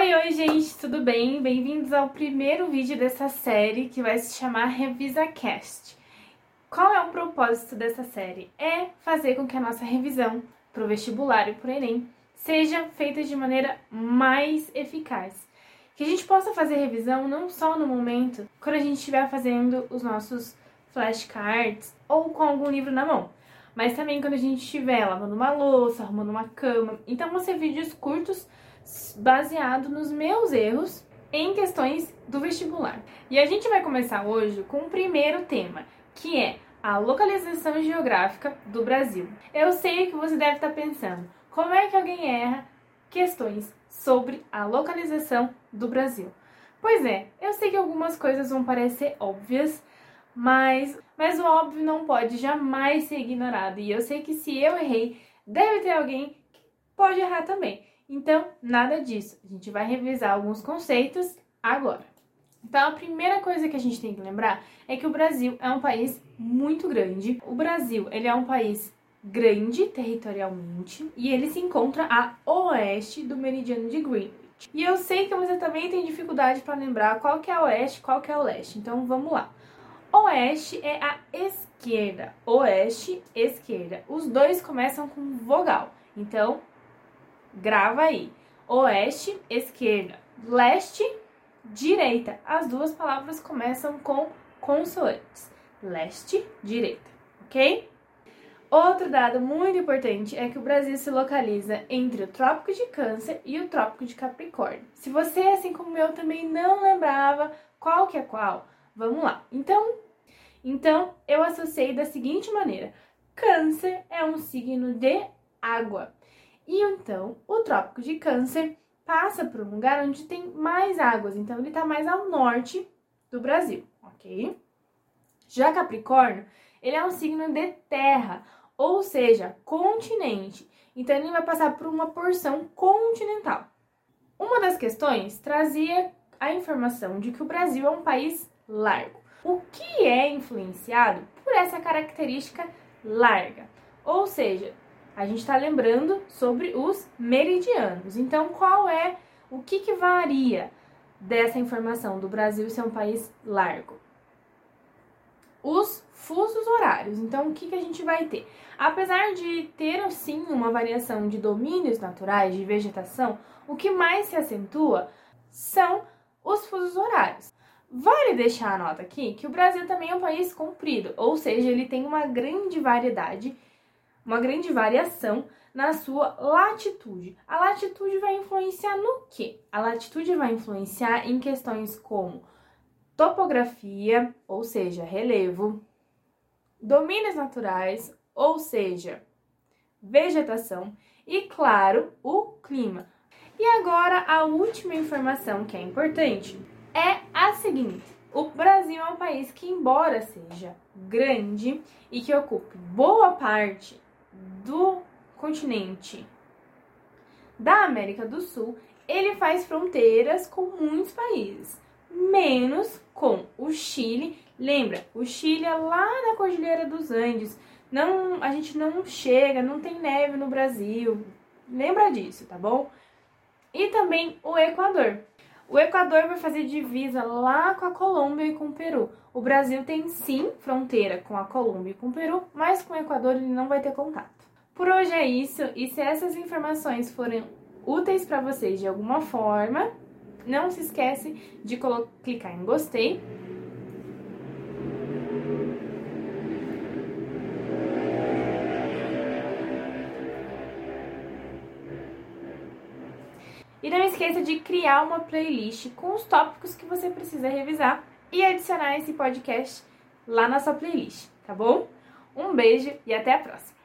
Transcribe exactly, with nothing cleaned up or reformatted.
Oi, oi, gente, tudo bem? Bem-vindos ao primeiro vídeo dessa série que vai se chamar RevisaCast. Qual é o propósito dessa série? É fazer com que a nossa revisão para o vestibular e para o Enem seja feita de maneira mais eficaz. Que a gente possa fazer revisão não só no momento, quando a gente estiver fazendo os nossos flashcards ou com algum livro na mão, mas também quando a gente estiver lavando uma louça, arrumando uma cama. Então vão ser vídeos curtos baseado nos meus erros em questões do vestibular. E a gente vai começar hoje com o primeiro tema, que é a localização geográfica do Brasil. Eu sei que você deve estar pensando, como é que alguém erra questões sobre a localização do Brasil? Pois é, eu sei que algumas coisas vão parecer óbvias, mas, mas o óbvio não pode jamais ser ignorado. E eu sei que se eu errei, deve ter alguém que pode errar também. Então, nada disso. A gente vai revisar alguns conceitos agora. Então, a primeira coisa que a gente tem que lembrar é que o Brasil é um país muito grande. O Brasil, ele é um país grande territorialmente e ele se encontra a oeste do meridiano de Greenwich. E eu sei que você também tem dificuldade para lembrar qual que é o oeste e qual que é o leste. Então, vamos lá. Oeste é a esquerda. Oeste, esquerda. Os dois começam com vogal. Então, grava aí. Oeste, esquerda. Leste, direita. As duas palavras começam com consoantes. Leste, direita. Ok? Outro dado muito importante é que o Brasil se localiza entre o Trópico de Câncer e o Trópico de Capricórnio. Se você, assim como eu, também não lembrava qual que é qual, vamos lá. Então, então eu associei da seguinte maneira. Câncer é um signo de água. E então, o Trópico de Câncer passa por um lugar onde tem mais águas. Então, ele está mais ao norte do Brasil, ok? Já Capricórnio, ele é um signo de terra, ou seja, continente. Então, ele vai passar por uma porção continental. Uma das questões trazia a informação de que o Brasil é um país largo. O que é influenciado por essa característica larga? Ou seja, a gente está lembrando sobre os meridianos. Então, qual é, o que, que varia dessa informação do Brasil ser um país largo? Os fusos horários. Então, o que, que a gente vai ter? Apesar de ter, sim, uma variação de domínios naturais, de vegetação, o que mais se acentua são os fusos horários. Vale deixar a nota aqui que o Brasil também é um país comprido, ou seja, ele tem uma grande variedade, uma grande variação na sua latitude. A latitude vai influenciar no quê? A latitude vai influenciar em questões como topografia, ou seja, relevo, domínios naturais, ou seja, vegetação e, claro, o clima. E agora, a última informação que é importante é a seguinte. O Brasil é um país que, embora seja grande e que ocupe boa parte do continente da América do Sul, ele faz fronteiras com muitos países, menos com o Chile. Lembra, o Chile é lá na Cordilheira dos Andes, não, a gente não chega, não tem neve no Brasil, lembra disso, tá bom? E também o Equador. O Equador vai fazer divisa lá com a Colômbia e com o Peru. O Brasil tem sim fronteira com a Colômbia e com o Peru, mas com o Equador ele não vai ter contato. Por hoje é isso, e se essas informações forem úteis para vocês de alguma forma, não se esquece de clicar em gostei. E não esqueça de criar uma playlist com os tópicos que você precisa revisar e adicionar esse podcast lá na sua playlist, tá bom? Um beijo e até a próxima!